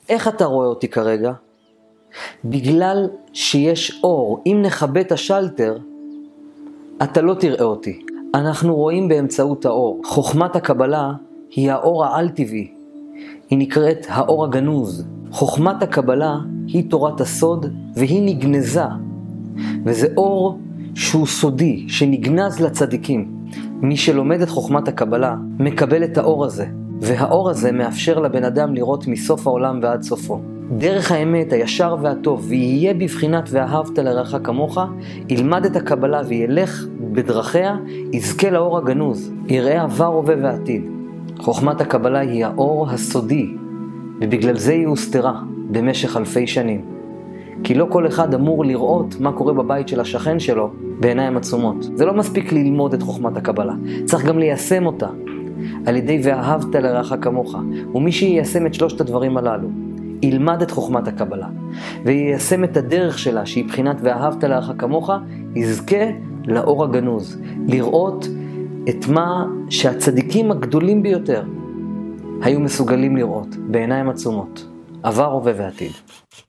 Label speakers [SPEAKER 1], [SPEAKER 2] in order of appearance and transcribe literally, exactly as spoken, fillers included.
[SPEAKER 1] איך אתה רואה אותי כרגע? בגלל שיש אור, אם נכבה את השלטר, אתה לא תראה אותי. אנחנו רואים באמצעות האור. חוכמת הקבלה היא האור העל-טבעי. היא נקראת האור הגנוז. חוכמת הקבלה היא תורת הסוד והיא נגנזה. וזה אור שהוא סודי, שנגנז לצדיקים. מי שלומד את חוכמת הקבלה מקבל את האור הזה. והאור הזה מאפשר לבן אדם לראות מסוף העולם ועד סופו. דרך האמת, הישר והטוב, ויהיה בבחינת ואהבת לרעך כמוך, ילמד את הקבלה וילך בדרכיה, יזכה לאור הגנוז, יראה עבר, הווה ועתיד. חוכמת הקבלה היא האור הסודי, ובגלל זה היא הוסתרה במשך אלפי שנים. כי לא כל אחד אמור לראות מה קורה בבית של השכן שלו בעיניים עצומות. זה לא מספיק ללמוד את חוכמת הקבלה, צריך גם ליישם אותה. על ידי ואהבת לרעך כמוך, ומי שיישם את שלושת הדברים הללו, ילמד את חוכמת הקבלה, ויישם את הדרך שלה, שהיא בחינת ואהבת לרעך כמוך, יזכה לאור הגנוז, לראות את מה שהצדיקים הגדולים ביותר היו מסוגלים לראות בעיניים עצומות, עבר, הווה ועתיד.